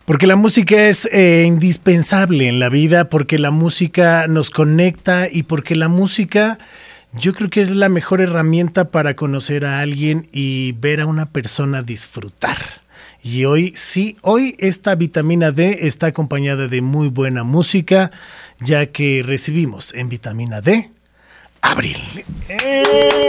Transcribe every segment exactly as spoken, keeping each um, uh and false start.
Porque la música es eh, indispensable en la vida, porque la música nos conecta y porque la música yo creo que es la mejor herramienta para conocer a alguien y ver a una persona disfrutar. Y hoy, sí, hoy esta vitamina D está acompañada de muy buena música, ya que recibimos en vitamina D, Abril. ¡Eh!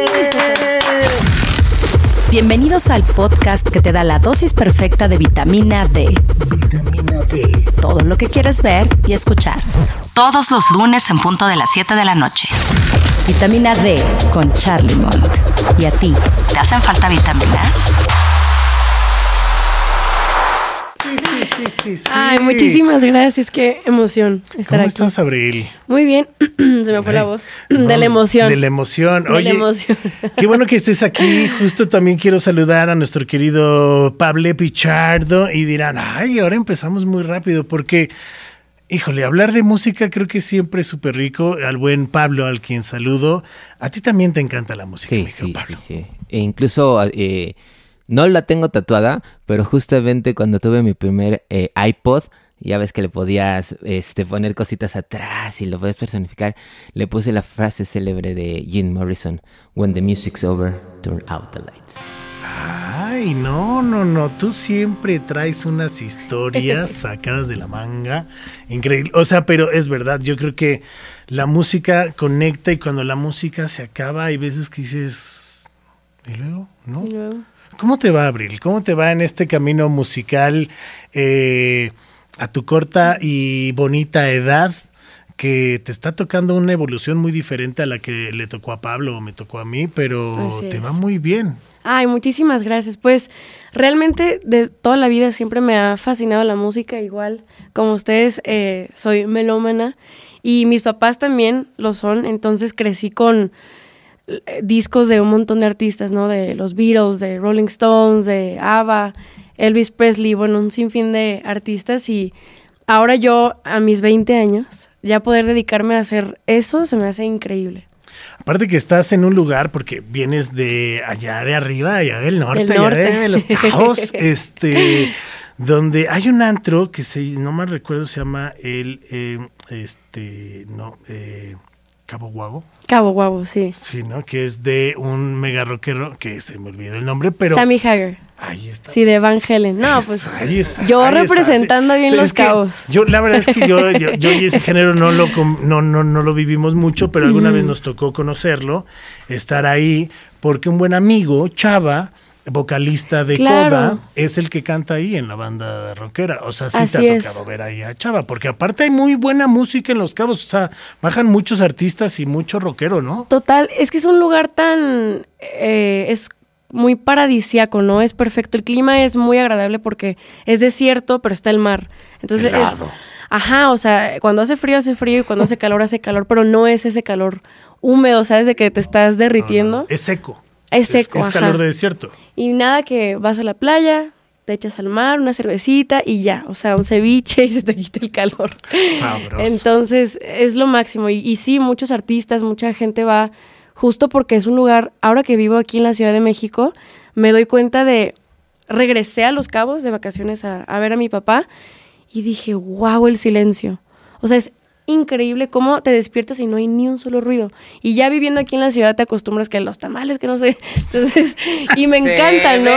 Bienvenidos al podcast que te da la dosis perfecta de vitamina D. Vitamina D. Todo lo que quieres ver y escuchar. Todos los lunes en punto de las siete de la noche. Vitamina D con Charlie Mont. ¿Y a ti? ¿Te hacen falta vitaminas? Sí, sí, sí, sí, sí. Ay, muchísimas gracias, qué emoción estar ¿Cómo aquí. estás, Abril? Muy bien, se me fue Ay, la voz. no, de la emoción. De la emoción. De Oye, la emoción. Qué bueno que estés aquí. Justo también quiero saludar a nuestro querido Pablo Pichardo y dirán, ay, ahora empezamos muy rápido porque, híjole, hablar de música creo que siempre es súper rico. Al buen Pablo, al quien saludo. A ti también te encanta la música, Sí, mi querido sí, Pablo. sí, sí. E incluso eh, no la tengo tatuada, pero justamente cuando tuve mi primer eh, iPod, ya ves que le podías este, poner cositas atrás y lo puedes personificar, le puse la frase célebre de Jim Morrison, "When the music's over, turn out the lights". Ay, no, no, no. Tú siempre traes unas historias sacadas de la manga. Increíble. O sea, pero es verdad. Yo creo que la música conecta y cuando la música se acaba hay veces que dices, ¿y luego? ¿No? Y luego. ¿Cómo te va, Abril? ¿Cómo te va en este camino musical eh, a tu corta y bonita edad que te está tocando una evolución muy diferente a la que le tocó a Pablo o me tocó a mí, pero Así te es. va muy bien? Ay, muchísimas gracias. Pues realmente de toda la vida siempre me ha fascinado la música, igual como ustedes, eh, soy melómana y mis papás también lo son, entonces crecí con eh, discos de un montón de artistas, ¿no? De los Beatles, de Rolling Stones, de ABBA, Elvis Presley, bueno, un sinfín de artistas y ahora yo a mis veinte años ya poder dedicarme a hacer eso se me hace increíble. Aparte que estás en un lugar, porque vienes de allá de arriba, allá del norte, Del allá norte. de, de los Cabos, este, donde hay un antro que se, no me recuerdo, se llama el, eh, este, no, eh, Cabo Guago. Cabo Guabo, sí. Sí, ¿no? Que es de un mega rockero, que se me olvidó el nombre, pero... Sammy Hagar. Ahí está. Sí, de Van Halen. No, pues Ahí está, yo ahí está, representando sí. bien Sí, los es que Cabos. Yo, la verdad es que yo, yo, yo y ese género no lo, com- no, no, no lo vivimos mucho, pero alguna Ujú. vez nos tocó conocerlo, estar ahí, porque un buen amigo, Chava, vocalista de Claro. Coda, es el que canta ahí en la banda rockera. O sea, sí Así te ha es. tocado ver ahí a Chava, porque aparte hay muy buena música en Los Cabos, o sea, bajan muchos artistas y mucho rockero, ¿no? Total, es que es un lugar tan... eh, es muy paradisiaco, ¿no? Es perfecto. El clima es muy agradable porque es desierto, pero está el mar. Entonces es... Helado. Ajá, o sea, cuando hace frío hace frío y cuando hace calor hace calor, pero no es ese calor húmedo, ¿sabes? De que te estás derritiendo. No, no, no. Es seco. Es seco, Es, ajá. calor de desierto. Y nada que vas a la playa, te echas al mar, una cervecita y ya, o sea, un ceviche y se te quita el calor. Sabroso. Entonces, es lo máximo. Y, y sí, muchos artistas, mucha gente va justo porque es un lugar, ahora que vivo aquí en la Ciudad de México, me doy cuenta de, regresé a Los Cabos de vacaciones a, a ver a mi papá y dije, wow, el silencio. O sea, es increíble cómo te despiertas y no hay ni un solo ruido. Y ya viviendo aquí en la ciudad te acostumbras que los tamales, que no sé. Entonces, y me encanta, ¿no?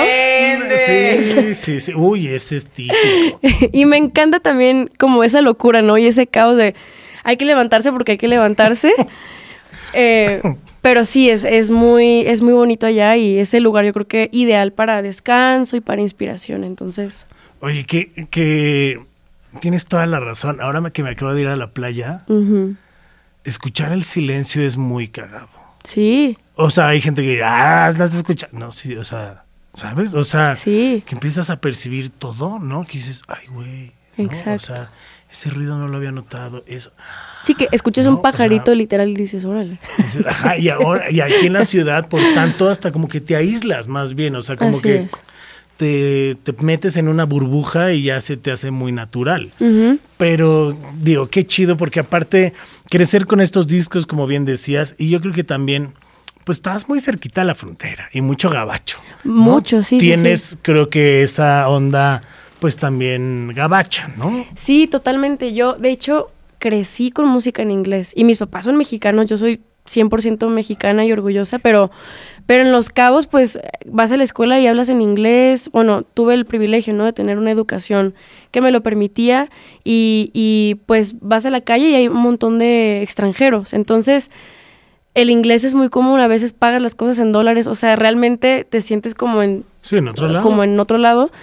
Sí, sí, sí. Uy, ese es típico. Y me encanta también como esa locura, ¿no? Y ese caos de hay que levantarse porque hay que levantarse. Eh, pero sí, es, es, muy, es muy bonito allá y es el lugar yo creo que ideal para descanso y para inspiración. Entonces... Oye, que, que tienes toda la razón. Ahora me- que me acabo de ir a la playa, uh-huh. escuchar el silencio es muy cagado. Sí, O sea, hay gente que, ah, estás escuchando. No, sí, o sea, ¿sabes? O sea, sí. que empiezas a percibir todo, ¿no? Que dices, ay, güey. ¿no? Exacto. O sea, ese ruido no lo había notado. Eso. Sí, que escuchas No, un pajarito o sea, literal y dices, órale. Dices, ajá, y ahora, y aquí en la ciudad, por tanto, hasta como que te aíslas más bien. O sea, como Así que es. te, te metes en una burbuja y ya se te hace muy natural. Uh-huh. Pero digo, qué chido, porque aparte crecer con estos discos, como bien decías, y yo creo que también, pues estás muy cerquita a la frontera y mucho gabacho. ¿no? Mucho, sí, sí, Tienes, sí. creo que esa onda pues también gabacha, ¿no? Sí, totalmente. Yo, de hecho, crecí con música en inglés y mis papás son mexicanos, yo soy cien por ciento mexicana y orgullosa, pero, pero en Los Cabos, pues, vas a la escuela y hablas en inglés. Bueno, tuve el privilegio, ¿no?, de tener una educación que me lo permitía y, y pues vas a la calle y hay un montón de extranjeros. Entonces, el inglés es muy común, a veces pagas las cosas en dólares, o sea, realmente te sientes como en... Sí, en otro lado. Como en otro lado.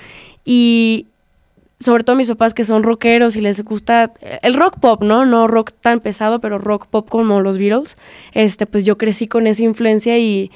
Y sobre todo mis papás que son rockeros y les gusta el rock pop, ¿no? No rock tan pesado, pero rock pop como los Beatles. Este, pues yo crecí con esa influencia y,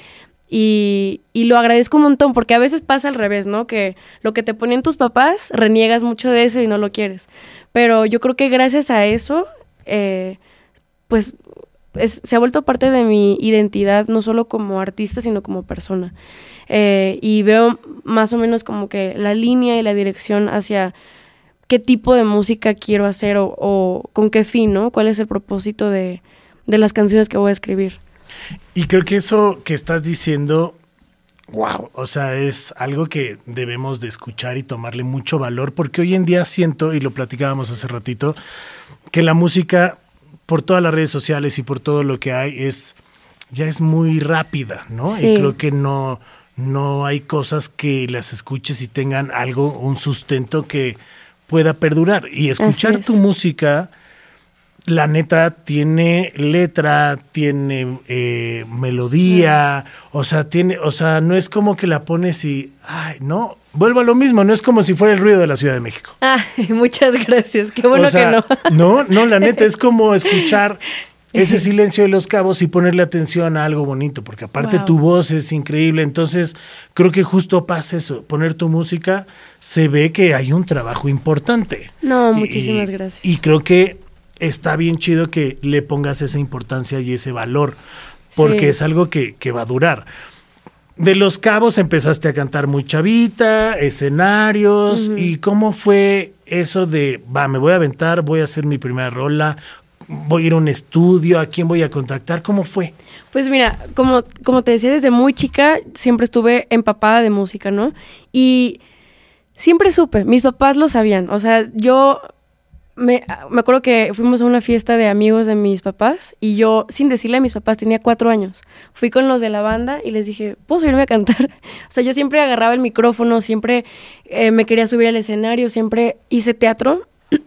y, y lo agradezco un montón, porque a veces pasa al revés, ¿no? Que lo que te ponían tus papás, reniegas mucho de eso y no lo quieres. Pero yo creo que gracias a eso, eh, pues es, se ha vuelto parte de mi identidad, no solo como artista, sino como persona. Eh, y veo más o menos como que la línea y la dirección hacia qué tipo de música quiero hacer o, o con qué fin, ¿no? ¿Cuál es el propósito de, de las canciones que voy a escribir? Y creo que eso que estás diciendo, wow, o sea, es algo que debemos de escuchar y tomarle mucho valor, porque hoy en día siento, y lo platicábamos hace ratito, que la música, por todas las redes sociales y por todo lo que hay, es ya es muy rápida, ¿no? Sí. Y creo que no... no hay cosas que las escuches y tengan algo, un sustento que pueda perdurar. Y escuchar tu música, la neta, tiene letra, tiene eh, melodía, mm. o sea, tiene, o sea, no es como que la pones y, ay, no, vuelvo a lo mismo, no es como si fuera el ruido de la Ciudad de México. Ah, muchas gracias, qué bueno, o sea, que no. No, no, la neta, es como escuchar ese silencio de Los Cabos y ponerle atención a algo bonito, porque aparte wow. tu voz es increíble. Entonces creo que justo pasa eso, poner tu música, se ve que hay un trabajo importante. No, muchísimas y, gracias. Y creo que está bien chido que le pongas esa importancia y ese valor, porque sí. es algo que, que va a durar. De Los Cabos empezaste a cantar muy chavita, escenarios, uh-huh. ¿y cómo fue eso de, va, me voy a aventar, voy a hacer mi primera rola? ¿Voy a ir a un estudio? ¿A quién voy a contactar? ¿Cómo fue? Pues mira, como, como te decía, desde muy chica siempre estuve empapada de música, ¿no? Y siempre supe, mis papás lo sabían. O sea, yo me, me acuerdo que fuimos a una fiesta de amigos de mis papás y yo, sin decirle a mis papás, tenía cuatro años. Fui con los de la banda y les dije, ¿puedo subirme a cantar? O sea, yo siempre agarraba el micrófono, siempre eh, me quería subir al escenario, siempre hice teatro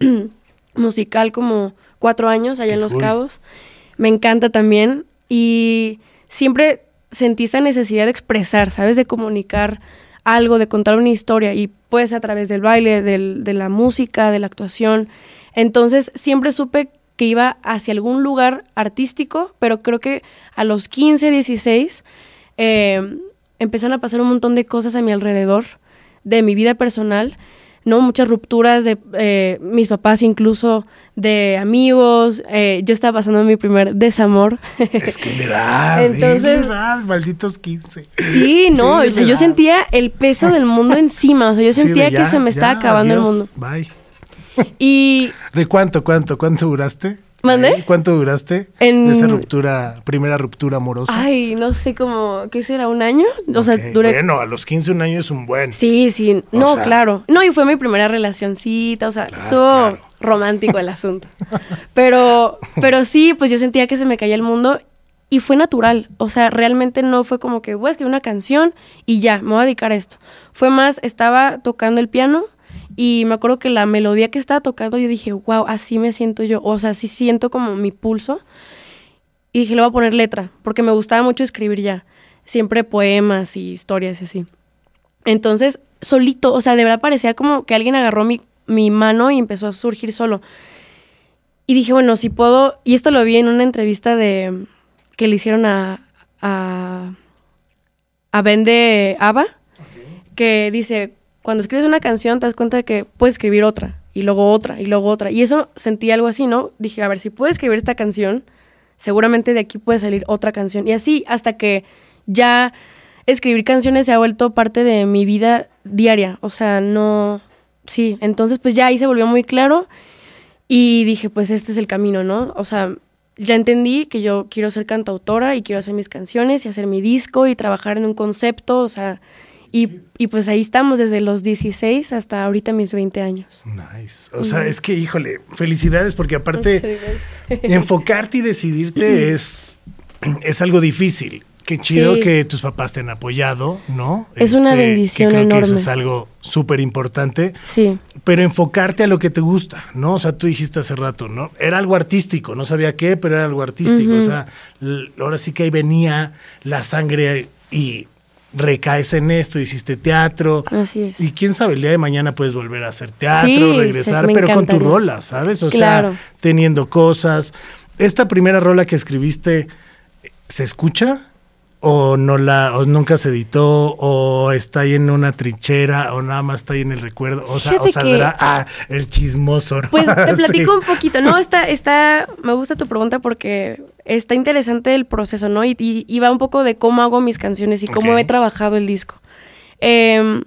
musical como... cuatro años allá Qué en Los cool. Cabos. Me encanta también. Y siempre sentí esa necesidad de expresar, ¿sabes? De comunicar algo, de contar una historia. Y pues a través del baile, del, de la música, de la actuación. Entonces siempre supe que iba hacia algún lugar artístico, pero creo que a los quince, dieciséis eh, empezaron a pasar un montón de cosas a mi alrededor, de mi vida personal, ¿no? Muchas rupturas de eh, mis papás, incluso de amigos. Eh, yo estaba pasando mi primer desamor. Es que la edad, Entonces, la edad, malditos quince. Sí, no, sí, o sea, yo sentía el peso del mundo encima. O sea, yo sentía sí, ya, que se me estaba ya, acabando adiós, el mundo. Bye. Y ¿de cuánto, cuánto, cuánto duraste? ¿Mandé? ¿Cuánto duraste en... de esa ruptura, primera ruptura amorosa? Ay, no sé, como, ¿qué será? ¿Un año? O okay. sea, duré... Bueno, a los quince un año es un buen. Sí, sí, no, o sea... claro. No, y fue mi primera relacioncita, o sea, claro, estuvo claro. romántico el asunto. Pero, pero sí, pues yo sentía que se me caía el mundo y fue natural. O sea, realmente no fue como que voy a escribir una canción y ya, me voy a dedicar a esto. Fue más, estaba tocando el piano y me acuerdo que la melodía que estaba tocando, yo dije, wow, así me siento yo. O sea, así siento como mi pulso. Y dije, le voy a poner letra, porque me gustaba mucho escribir ya. Siempre poemas y historias y así. Entonces, solito, o sea, de verdad parecía como que alguien agarró mi, mi mano y empezó a surgir solo. Y dije, bueno, si puedo... Y esto lo vi en una entrevista de que le hicieron a, a, a Ben de ABBA, okay. que dice... Cuando escribes una canción te das cuenta de que puedes escribir otra, y luego otra, y luego otra. Y eso sentí algo así, ¿no? Dije, a ver, si puedo escribir esta canción, seguramente de aquí puede salir otra canción. Y así hasta que ya escribir canciones se ha vuelto parte de mi vida diaria. O sea, no... Sí, entonces pues ya ahí se volvió muy claro y dije, pues este es el camino, ¿no? O sea, ya entendí que yo quiero ser cantautora y quiero hacer mis canciones y hacer mi disco y trabajar en un concepto, o sea... Y, y pues ahí estamos desde los dieciséis hasta ahorita mis veinte años. Nice. O sea, uh-huh. es que, híjole, felicidades porque aparte enfocarte y decidirte es, es algo difícil. Qué chido sí. que tus papás te han apoyado, ¿no? Es este, una bendición que creo enorme. que eso es algo súper importante. Sí. Pero enfocarte a lo que te gusta, ¿no? O sea, tú dijiste hace rato, ¿no? Era algo artístico, no sabía qué, pero era algo artístico. Uh-huh. O sea, l- ahora sí que ahí venía la sangre y recaes en esto, hiciste teatro. Así es. Y quién sabe, el día de mañana puedes volver a hacer teatro, sí, regresar, se, pero encantaría. con tu rola, ¿sabes? O claro. sea, teniendo cosas. ¿Esta primera rola que escribiste se escucha? ¿O no la, o nunca se editó, o está ahí en una trinchera, o nada más está ahí en el recuerdo? O sea, o saldrá que, ah, el chismoso, ¿no? Pues te platico sí. un poquito, ¿no? Está, está, me gusta tu pregunta porque está interesante el proceso, ¿no? Y, y, y va un poco de cómo hago mis canciones y cómo okay. he trabajado el disco. Eh,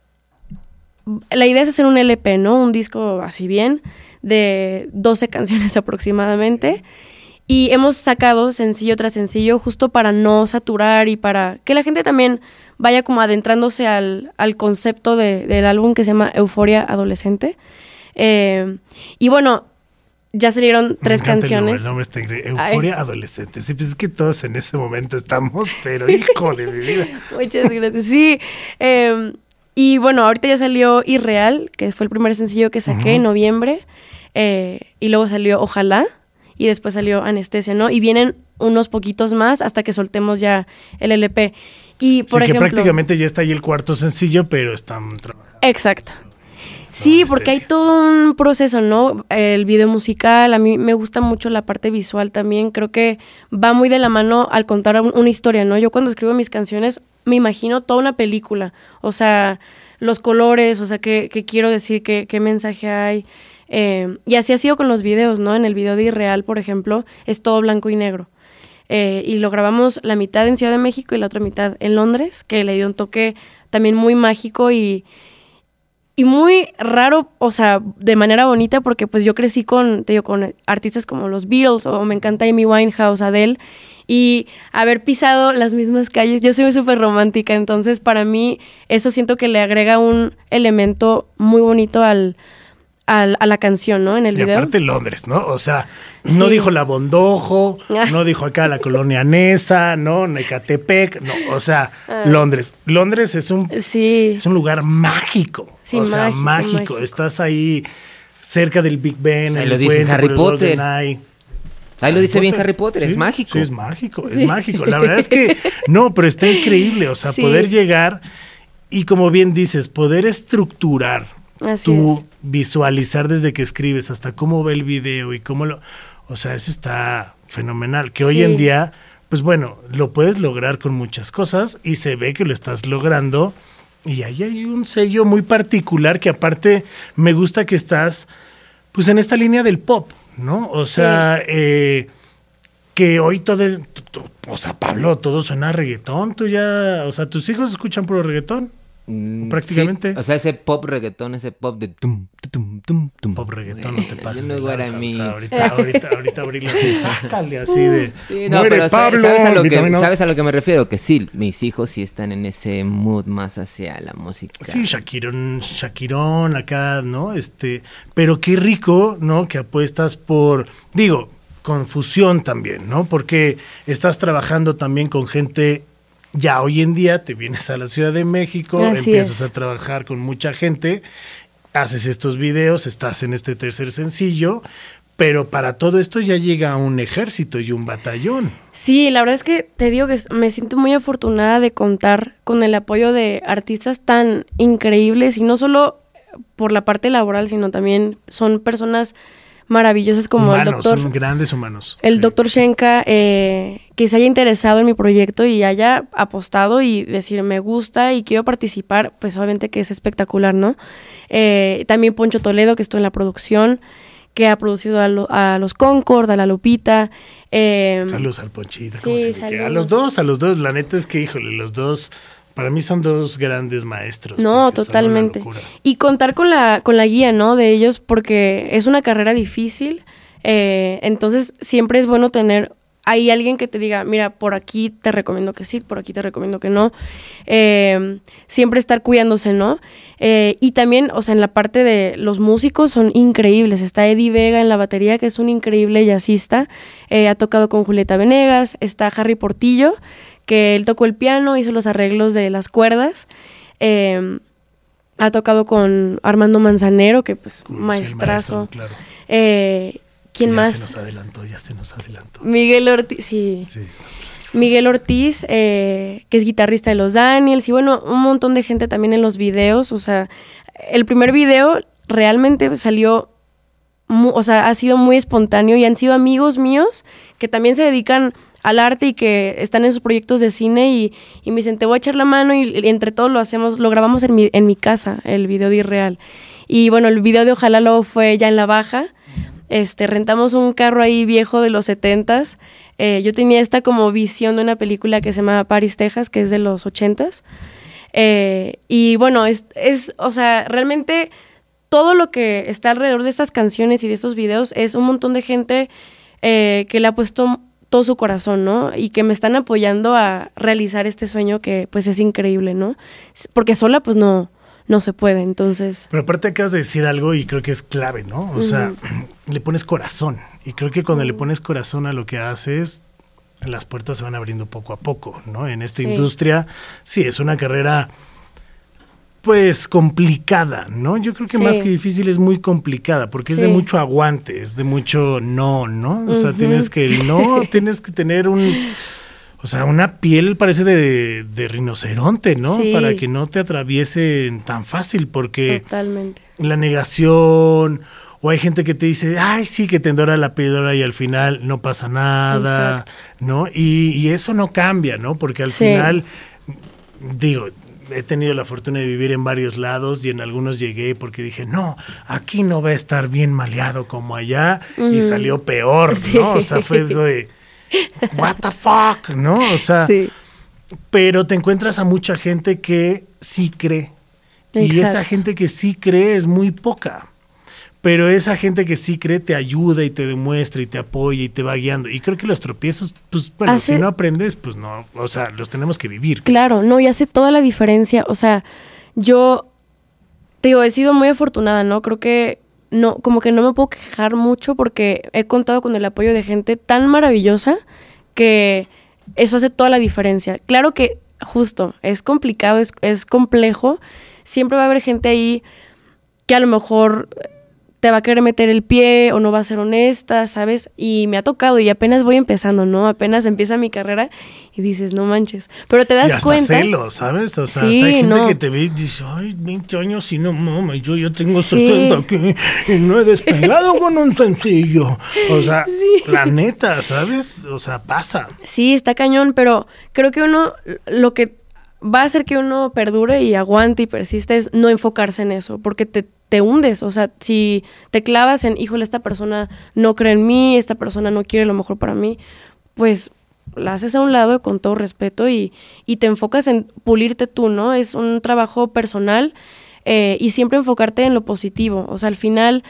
la idea es hacer un L P, ¿no? Un disco así bien, de doce canciones aproximadamente. Y hemos sacado sencillo tras sencillo justo para no saturar y para que la gente también vaya como adentrándose al, al concepto de, del álbum que se llama Euforia Adolescente. Eh, y bueno, ya salieron tres canciones. El nombre, el nombre está Euforia Ay. Adolescente. Sí, pues es que todos en ese momento estamos, pero hijo de mi vida. Muchas gracias. Sí, eh, y bueno, ahorita ya salió Irreal, que fue el primer sencillo que saqué uh-huh. en noviembre. Eh, y luego salió Ojalá. Y después salió Anestesia, ¿no? Y vienen unos poquitos más hasta que soltemos ya el L P. Y por sí, ejemplo, que prácticamente ya está ahí el cuarto sencillo, pero están trabajando. Exacto. Sí, porque hay todo un proceso, ¿no? El video musical, a mí me gusta mucho la parte visual también. Creo que va muy de la mano al contar un, una historia, ¿no? Yo cuando escribo mis canciones me imagino toda una película. O sea, los colores, o sea, qué, qué quiero decir, qué, qué mensaje hay. Eh, y así ha sido con los videos, ¿no? En el video de Irreal, por ejemplo, es todo blanco y negro. Eh, y lo grabamos la mitad en Ciudad de México y la otra mitad en Londres, que le dio un toque también muy mágico y, y muy raro, o sea, de manera bonita, porque pues yo crecí con, te digo, con artistas como los Beatles, o me encanta Amy Winehouse, Adele, y haber pisado las mismas calles, yo soy súper romántica, entonces para mí eso siento que le agrega un elemento muy bonito al... A, a la canción, ¿no? En el y video. Y aparte Londres, ¿no? O sea, no sí. dijo la Bondojo, ah. no dijo acá la colonia Nesa, ¿no? Necatepec, no, o sea, ah. Londres. Londres es un, sí. es un lugar mágico, sí, o sea, mágico. mágico. mágico. Estás ahí cerca del Big Ben. Ahí lo dice Harry Potter. Ahí lo dice bien Harry Potter, sí, es mágico. Sí, es mágico, es sí. mágico. La verdad es que, no, pero está increíble, o sea, sí. poder llegar y como bien dices, poder estructurar. Así tú es. Visualizar desde que escribes hasta cómo ve el video y cómo lo... O sea, eso está fenomenal. Que sí. hoy en día, pues bueno, lo puedes lograr con muchas cosas y se ve que lo estás logrando. Y ahí hay un sello muy particular que aparte me gusta que estás pues en esta línea del pop, ¿no? O sea, sí. eh, que hoy todo el... O sea, Pablo, todo suena a reggaetón. Tú ya... O sea, ¿tus hijos escuchan puro reggaetón? Prácticamente. Sí, o sea, ese pop reggaetón, ese pop de tum, tum, tum, tum. Pop reggaetón, no te pases no de lanza, mí. O sea, ahorita, ahorita, ahorita abrirlo así, sácale así de... Sí, no, pero Pablo, ¿sabes a, lo que, ¿sabes a lo que me refiero? Que sí, mis hijos sí están en ese mood más hacia la música. Sí, Shakirón, Shakirón acá, ¿no? Este, pero qué rico, ¿no? Que apuestas por... Digo, con fusión también, ¿no? Porque estás trabajando también con gente... Ya hoy en día te vienes a la Ciudad de México, Así empiezas es. a trabajar con mucha gente, haces estos videos, estás en este tercer sencillo, pero para todo esto ya llega un ejército y un batallón. Sí, la verdad es que te digo que me siento muy afortunada de contar con el apoyo de artistas tan increíbles y no solo por la parte laboral, sino también son personas maravillosas como humanos, el doctor... son grandes humanos. El sí. doctor Shenka, eh, que se haya interesado en mi proyecto y haya apostado y decir me gusta y quiero participar, pues obviamente que es espectacular, ¿no? Eh, también Poncho Toledo, que estuvo en la producción, que ha producido a, lo, a los Concord, a la Lupita. Eh, saludos al Ponchita, ¿cómo sí, se dice? A los dos, a los dos, la neta es que, híjole, los dos... Para mí son dos grandes maestros. No, totalmente. Y contar con la, con la guía, ¿no? De ellos, porque es una carrera difícil. Eh, entonces, siempre es bueno tener hay alguien que te diga, mira, por aquí te recomiendo que sí, por aquí te recomiendo que no. Eh, siempre estar cuidándose, ¿no? Eh, y también, o sea, en la parte de los músicos son increíbles. Está Eddie Vega en la batería, que es un increíble jazzista. Eh, ha tocado con Julieta Venegas. Está Harry Portillo, que él tocó el piano, hizo los arreglos de las cuerdas. Eh, ha tocado con Armando Manzanero, que pues Uy, maestrazo. Sí, claro. Eh, ¿Quién ya más? Ya se nos adelantó, ya se nos adelantó. Miguel Ortiz, sí. Sí. Miguel Ortiz, eh, que es guitarrista de los Daniels, y bueno, un montón de gente también en los videos. O sea, el primer video realmente salió, mu- o sea, ha sido muy espontáneo y han sido amigos míos que también se dedican al arte y que están en sus proyectos de cine y, y me dicen, te voy a echar la mano y, y entre todos lo hacemos, lo grabamos en mi, en mi casa, el video de Irreal. Y bueno, el video de Ojalá luego fue ya en La Baja. Este, rentamos un carro ahí viejo de los setentas. Eh, yo tenía esta como visión de una película que se llama Paris, Texas, que es de los ochentas. Eh, y bueno, es, es, o sea, realmente todo lo que está alrededor de estas canciones y de estos videos es un montón de gente eh, que le ha puesto todo su corazón, ¿no? Y que me están apoyando a realizar este sueño que pues es increíble, ¿no? Porque sola pues no... no se puede, entonces... Pero aparte acabas de decir algo y creo que es clave, ¿no? O uh-huh. sea, le pones corazón. Y creo que cuando uh-huh. le pones corazón a lo que haces, las puertas se van abriendo poco a poco, ¿no? En esta sí. industria, sí, es una carrera, pues, complicada, ¿no? Yo creo que sí. más que difícil es muy complicada, porque sí. es de mucho aguante, es de mucho no, ¿no? O uh-huh. sea, tienes que, el no, tienes que tener un... O sea, una piel parece de, de rinoceronte, ¿no? Sí. Para que no te atraviesen tan fácil, porque totalmente. La negación, o hay gente que te dice, ay, sí, que te endora la píldora y al final no pasa nada, exacto. ¿no? Y, y eso no cambia, ¿no? Porque al sí. final, digo, he tenido la fortuna de vivir en varios lados y en algunos llegué porque dije, no, aquí no va a estar bien maleado como allá, uh-huh. y salió peor, sí. ¿no? O sea, fue de... what the fuck, ¿no? O sea, sí. pero te encuentras a mucha gente que sí cree. Exacto. Y esa gente que sí cree es muy poca. Pero esa gente que sí cree te ayuda y te demuestra y te apoya y te va guiando. Y creo que los tropiezos, pues, bueno, hace... si no aprendes, pues no, o sea, los tenemos que vivir. Claro, no, y hace toda la diferencia. O sea, yo, te digo, he sido muy afortunada, ¿no? Creo que no, como que no me puedo quejar mucho porque he contado con el apoyo de gente tan maravillosa que eso hace toda la diferencia. Claro que, justo, es complicado, es, es complejo. Siempre va a haber gente ahí que a lo mejor te va a querer meter el pie o no va a ser honesta, ¿sabes? Y me ha tocado y apenas voy empezando, ¿no? Apenas empieza mi carrera y dices, no manches. Pero te das y hasta cuenta. Celos, ¿sabes? O sea, sí, hasta hay gente no. que te ve y dice, ay, veinte años y no mames, yo ya tengo sí. sesenta aquí y no he despegado con un sencillo. O sea, sí. la neta, ¿sabes? O sea, pasa. Sí, está cañón, pero creo que uno, lo que va a hacer que uno perdure y aguante y persiste es no enfocarse en eso, porque te te hundes, o sea, si te clavas en, híjole, esta persona no cree en mí, esta persona no quiere lo mejor para mí, pues la haces a un lado con todo respeto y, y te enfocas en pulirte tú, ¿no? Es un trabajo personal eh, y siempre enfocarte en lo positivo, o sea, al final,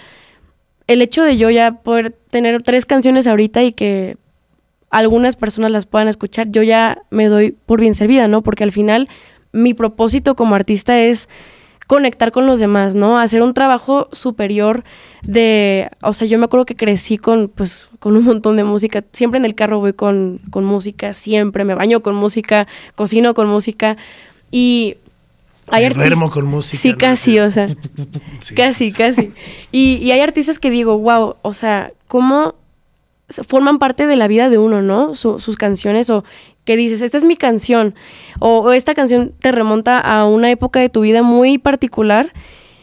el hecho de yo ya poder tener tres canciones ahorita y que algunas personas las puedan escuchar, yo ya me doy por bien servida, ¿no? Porque al final, mi propósito como artista es conectar con los demás, ¿no? Hacer un trabajo superior de, o sea, yo me acuerdo que crecí con, pues, con un montón de música, siempre en el carro voy con, con música, siempre, me baño con música, cocino con música, y hay artistas... duermo con música. Sí, ¿no? Casi, o sea, sí, casi, sí, casi. Sí. Y, y hay artistas que digo, wow, o sea, cómo forman parte de la vida de uno, ¿no? Su, sus canciones, o que dices, esta es mi canción, o, o esta canción te remonta a una época de tu vida muy particular,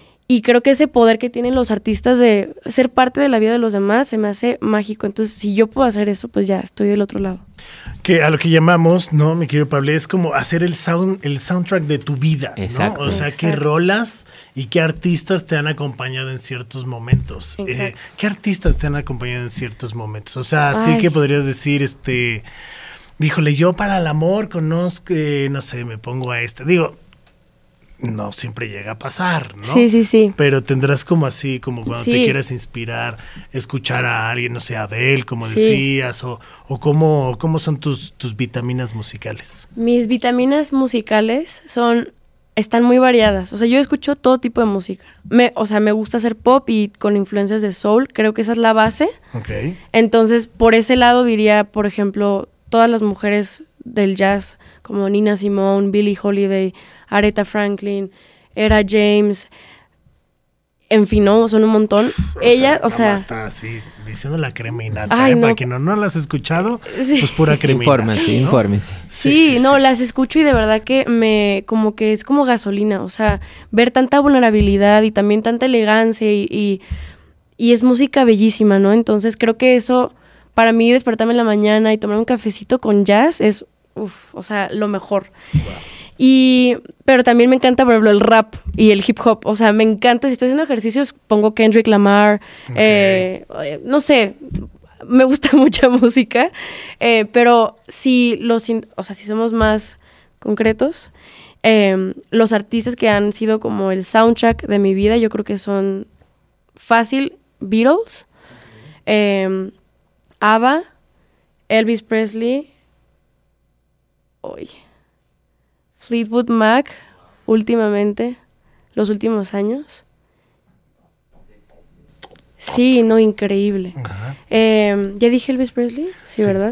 y creo que ese poder que tienen los artistas de ser parte de la vida de los demás se me hace mágico. Entonces, si yo puedo hacer eso, pues ya estoy del otro lado. Que a lo que llamamos, ¿no, mi querido Pablo? Es como hacer el sound, el soundtrack de tu vida, exacto. ¿no? O sea, exacto. qué rolas y qué artistas te han acompañado en ciertos momentos. Eh, ¿Qué artistas te han acompañado en ciertos momentos? O sea, Ay. sí que podrías decir, este... Díjole, yo para el amor conozco, eh, no sé, me pongo a este. Digo, no siempre llega a pasar, ¿no? Sí, sí, sí. Pero tendrás como así, como cuando Sí. te quieras inspirar, escuchar a alguien, no sé, Adele, como Sí. decías, o, o cómo, cómo son tus, tus vitaminas musicales. Mis vitaminas musicales son, están muy variadas. O sea, yo escucho todo tipo de música. Me, o sea, me gusta hacer pop y con influencias de soul. Creo que esa es la base. Ok. Entonces, por ese lado diría, por ejemplo, todas las mujeres del jazz, como Nina Simone, Billie Holiday, Aretha Franklin, Era James, en fin, ¿no? Son un montón. O Ella, sea, o sea... nada más está así, diciendo la crema y nata, Ay, ¿eh? no. Para quien no, no las has escuchado, Sí. pues pura crema y nata, Infórmese, ¿no? infórmese. Sí, no, las escucho y de verdad que me, como que es como gasolina, o sea, ver tanta vulnerabilidad y también tanta elegancia y, y, y es música bellísima, ¿no? Entonces creo que eso, para mí despertarme en la mañana y tomar un cafecito con jazz es, uff, o sea, lo mejor. Wow. Y, pero también me encanta, por ejemplo, el rap y el hip hop, o sea, me encanta, si estoy haciendo ejercicios, pongo Kendrick Lamar, Ok. eh, eh, no sé, me gusta mucha música, eh, pero si los, in- o sea, si somos más concretos, eh, los artistas que han sido como el soundtrack de mi vida, yo creo que son fácil Beatles, eh, ABBA, Elvis Presley, oye, Fleetwood Mac, últimamente, los últimos años. Sí, no, increíble. Ajá. Eh, ¿Ya dije Elvis Presley? Sí, Sí. ¿verdad?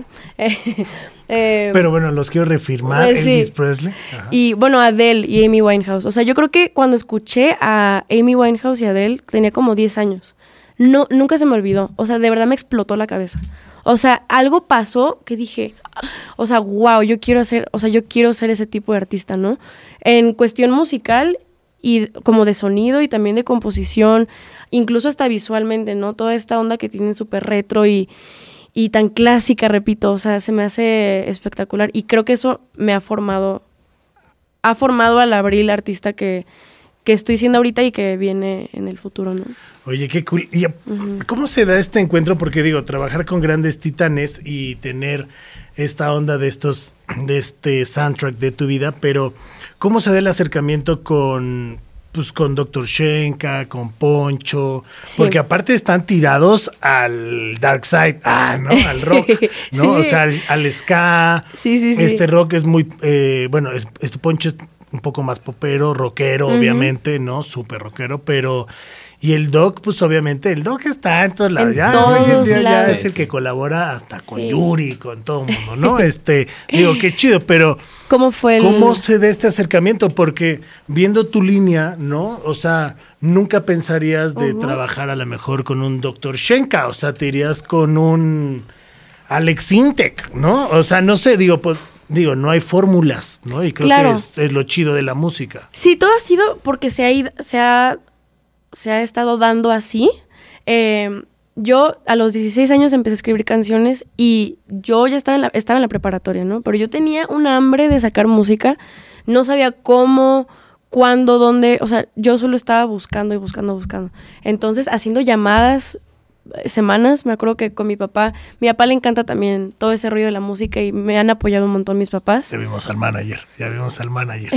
Eh, Pero bueno, los quiero reafirmar, Eh, sí. Elvis Presley. Ajá. y bueno, Adele y Amy Winehouse. O sea, yo creo que cuando escuché a Amy Winehouse y Adele, tenía como diez años. No, nunca se me olvidó. O sea, de verdad me explotó la cabeza. O sea, algo pasó que dije, o sea, wow, yo quiero hacer, o sea, yo quiero ser ese tipo de artista, ¿no? En cuestión musical y como de sonido y también de composición, incluso hasta visualmente, ¿no? Toda esta onda que tienen súper retro y, y tan clásica, repito, o sea, se me hace espectacular y creo que eso me ha formado, ha formado al Abril artista que, que estoy siendo ahorita y que viene en el futuro, ¿no? Oye, qué cool. Y, ¿cómo se da este encuentro? Porque digo, trabajar con grandes titanes y tener esta onda de estos, de este soundtrack de tu vida, pero ¿cómo se da el acercamiento con, pues, con doctor Shenka, con Poncho? Sí. Porque aparte están tirados al dark side, ah, ¿no? Al rock, ¿no? Sí. O sea, al, al ska. Sí, sí, sí. Este rock es muy, eh, bueno, es- este Poncho es un poco más popero, rockero, Ujú. obviamente, ¿no? Súper rockero, pero... Y el Doc, pues obviamente, el Doc está en todos lados. En Ya, todos hoy en día ya lados. es el que colabora hasta con Sí. Yuri, con todo el mundo, ¿no? Este, digo, qué chido, pero ¿Cómo fue el...? ¿cómo se da este acercamiento? Porque viendo tu línea, ¿no? O sea, nunca pensarías de Ujú. trabajar a lo mejor con un doctor Shenka, o sea, te irías con un Alex Intec, ¿no? O sea, no sé, digo, pues, digo, no hay fórmulas, ¿no? Y creo Claro. que es, es lo chido de la música. Sí, todo ha sido porque se ha, ido- se ha, se ha estado dando así. Eh, yo a los dieciséis años empecé a escribir canciones y yo ya estaba en, la, estaba en la preparatoria, ¿no? Pero yo tenía un hambre de sacar música, no sabía cómo, cuándo, dónde, o sea, yo solo estaba buscando y buscando, buscando. Entonces, haciendo llamadas eh, semanas, me acuerdo que con mi papá, mi papá le encanta también todo ese rollo de la música y me han apoyado un montón mis papás. Ya vimos al manager, ya vimos al manager.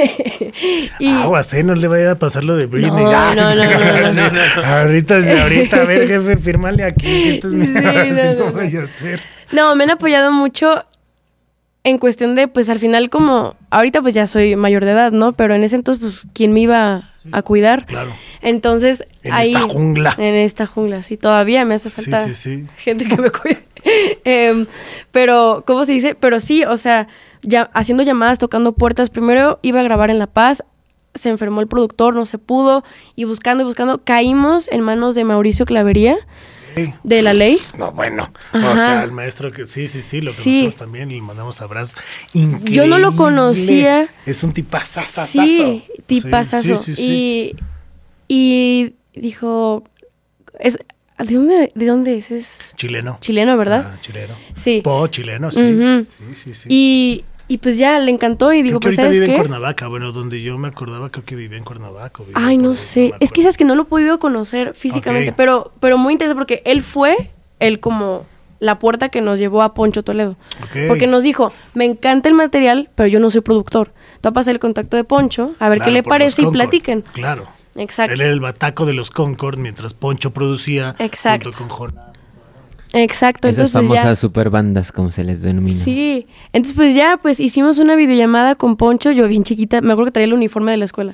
Y- Aguas, ¿eh? No le vaya a pasar lo de Britney. No, Ah, no, no, no, no, sí. no. Ahorita, sí, ahorita, a ver, jefe, fírmale aquí, que esto es mi Sí, no, no, no no. vaya a ser. No, me han apoyado mucho en cuestión de, pues al final como, ahorita pues ya soy mayor de edad, ¿no? Pero en ese entonces, pues, ¿quién me iba a cuidar? Claro. Entonces, En ahí... esta jungla. En esta jungla, sí, todavía me hace Sí, falta sí, sí. gente que me cuide. Em, pero, ¿cómo se dice? Pero sí, o sea, ya haciendo llamadas, tocando puertas. Primero iba a grabar en La Paz, se enfermó el productor, no se pudo, y buscando y buscando, caímos en manos de Mauricio Clavería, Sí. de La Ley. No, bueno. O Ajá. sea, el maestro que sí, sí, sí, lo Sí. conocemos también y le mandamos abrazos. Increíble. Yo no lo conocía. Es un tipazazazazo. Sí, tipazazo. Sí, sí, sí, sí. Y, y dijo, es, ¿de dónde, ¿de dónde es? Es Chileno. chileno, ¿verdad? Ah, chileno. Sí. Po, chileno, sí. Ujú. Sí, sí, sí. Y, y pues ya le encantó y dijo, Creo que pues ahorita ¿sabes vive en qué? Cuernavaca. Bueno, donde yo me acordaba, creo que vivía en Cuernavaca. o vivía Ay, por no ahí, sé. me Es que acuerdo. sabes que no lo he podido conocer físicamente, Ok. pero, pero muy interesante porque él fue, él como la puerta que nos llevó a Poncho Toledo. Ok. Porque nos dijo, me encanta el material, pero yo no soy productor. tú pasas el contacto de Poncho, a ver Claro, qué le por parece y los Concord, platiquen. Claro. Exacto. Él era el bataco de los Concord mientras Poncho producía Exacto. junto con Jonás. Exacto. Esas Entonces, pues, famosas ya. super bandas, como se les denomina. Sí, entonces pues ya, pues hicimos una videollamada con Poncho, yo bien chiquita, me acuerdo que traía el uniforme de la escuela.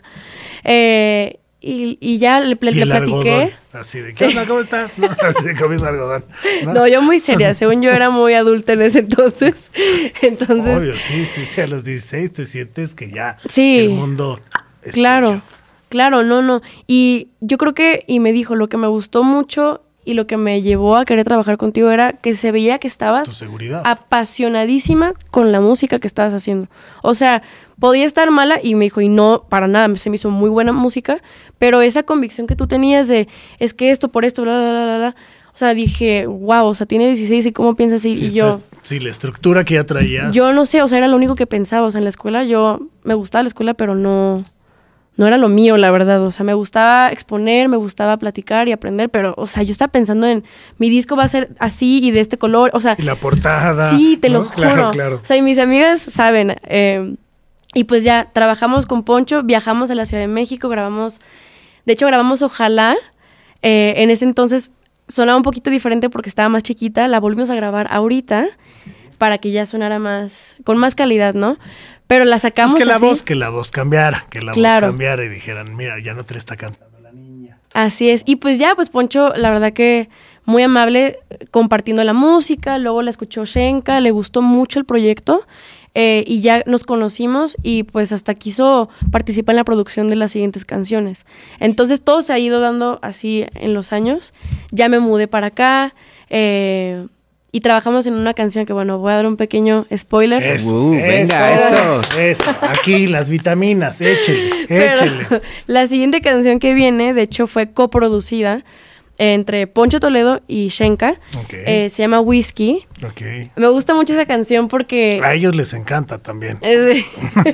Eh, y, y ya le, le, Y le el platiqué. algodón, así de, ¿qué onda? ¿Cómo estás? No, así comiendo algodón. ¿no? No, yo muy seria, según yo era muy adulta en ese entonces. Entonces, Obvio, sí, sí, sí, a los dieciséis te sientes que ya Sí. el mundo es claro, tuyo. claro, no, no. Y yo creo que, y me dijo, lo que me gustó mucho y lo que me llevó a querer trabajar contigo era que se veía que estabas Tu seguridad. apasionadísima con la música que estabas haciendo. O sea, podía estar mala y me dijo, y no, para nada, se me hizo muy buena música, pero esa convicción que tú tenías de, es que esto, por esto, bla, bla, bla, bla, bla. O sea, dije, wow, o sea, tiene dieciséis y cómo piensas así. Sí, y yo, estás- sí, la estructura que ya traías. yo no sé, o sea, era lo único que pensaba. O sea, en la escuela yo, me gustaba la escuela, pero no, no era lo mío, la verdad. O sea, me gustaba exponer, me gustaba platicar y aprender, pero, o sea, yo estaba pensando en, mi disco va a ser así y de este color, o sea. Y la portada. Sí, te lo ¿no? juro. Claro, claro. O sea, y mis amigas saben. eh, y pues ya, trabajamos con Poncho, viajamos a la Ciudad de México, grabamos, de hecho grabamos Ojalá. Eh, en ese entonces sonaba un poquito diferente porque estaba más chiquita, la volvimos a grabar ahorita para que ya sonara más, con más calidad, ¿no? Pero la sacamos Pues que la así. voz, que la voz cambiara, que la Claro. voz cambiara y dijeran, mira, ya no te le está cantando la niña. Así es. Y pues ya, pues Poncho, la verdad que muy amable, eh, compartiendo la música, luego la escuchó Shenka, le gustó mucho el proyecto, eh, y ya nos conocimos y pues hasta quiso participar en la producción de las siguientes canciones. Entonces todo se ha ido dando así en los años. Ya me mudé para acá, eh, y trabajamos en una canción que, bueno, voy a dar un pequeño spoiler. Eso, Uh, venga, eso. Eso, aquí las vitaminas, échele, Pero échele. la siguiente canción que viene, de hecho, fue coproducida entre Poncho Toledo y Shenka. Ok. Eh, se llama Whiskey. Ok. Me gusta mucho esa canción porque... A ellos les encanta también. Es-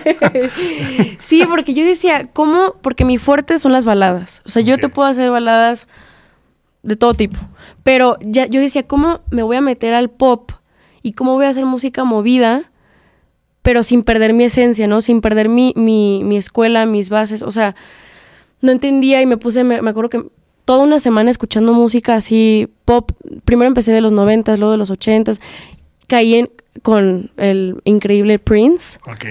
sí, porque yo decía, ¿cómo? Porque mi fuerte son las baladas. O sea, yo Ok. te puedo hacer baladas de todo tipo. Pero ya, yo decía, ¿cómo me voy a meter al pop? ¿Y cómo voy a hacer música movida? Pero sin perder mi esencia, ¿no? Sin perder mi, mi, mi escuela, mis bases. O sea, no entendía y me puse, me, me acuerdo que toda una semana escuchando música así, pop. Primero empecé de los noventas, luego de los ochentas. Caí en, con el increíble Prince. Ok.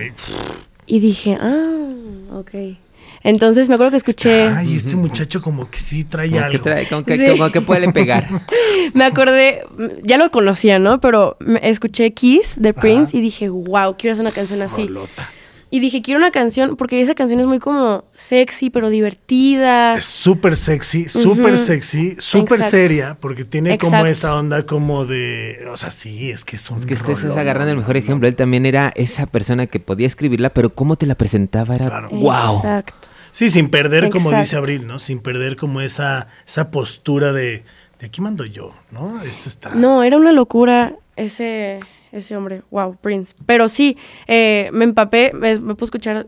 Y dije, ah, ok. Entonces me acuerdo que escuché, Ay, este muchacho como que sí trae Como que, algo. trae- como que- Sí. como que puede pegar. me acordé, ya lo conocía, ¿no? Pero me- escuché Kiss de Prince Ajá. y dije, wow, quiero hacer una canción así. Rolota. Y dije, quiero una canción, porque esa canción es muy como sexy, pero divertida. Es súper sexy, súper Ujú. sexy, súper Exacto. seria, porque tiene como Exacto. esa onda como de... O sea, sí, es que es un Es que este estás rolón, agarrando el mejor rolón. ejemplo. Él también era esa persona que podía escribirla, pero cómo te la presentaba era Claro. wow. Exacto. Sí, sin perder, como Exacto. dice Abril, ¿no? Sin perder como esa, esa postura de, de aquí mando yo, ¿no? Eso está... No, era una locura ese, ese hombre. Wow, Prince. Pero sí, eh, me empapé, me, me puse a escuchar